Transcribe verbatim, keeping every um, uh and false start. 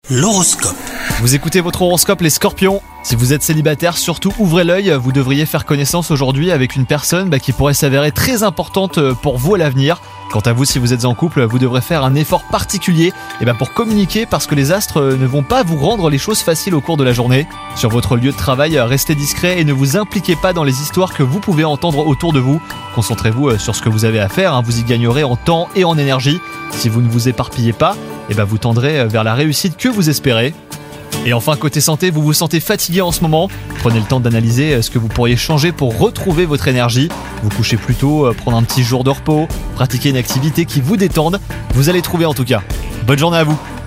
L'horoscope. Vous écoutez votre horoscope les scorpions. Si vous êtes célibataire, surtout ouvrez l'œil, vous devriez faire connaissance aujourd'hui avec une personne bah, qui pourrait s'avérer très importante pour vous à l'avenir. Quant à vous, si vous êtes en couple, vous devrez faire un effort particulier et bah, pour communiquer parce que les astres ne vont pas vous rendre les choses faciles au cours de la journée. Sur votre lieu de travail, restez discret et ne vous impliquez pas dans les histoires que vous pouvez entendre autour de vous. Concentrez-vous sur ce que vous avez à faire, hein, vous y gagnerez en temps et en énergie. Si vous ne vous éparpillez pas, et bah, vous tendrez vers la réussite que vous espérez. Et enfin, côté santé, vous vous sentez fatigué en ce moment. Prenez le temps d'analyser ce que vous pourriez changer pour retrouver votre énergie. Vous couchez plus tôt, prendre un petit jour de repos, pratiquer une activité qui vous détende. Vous allez trouver en tout cas. Bonne journée à vous.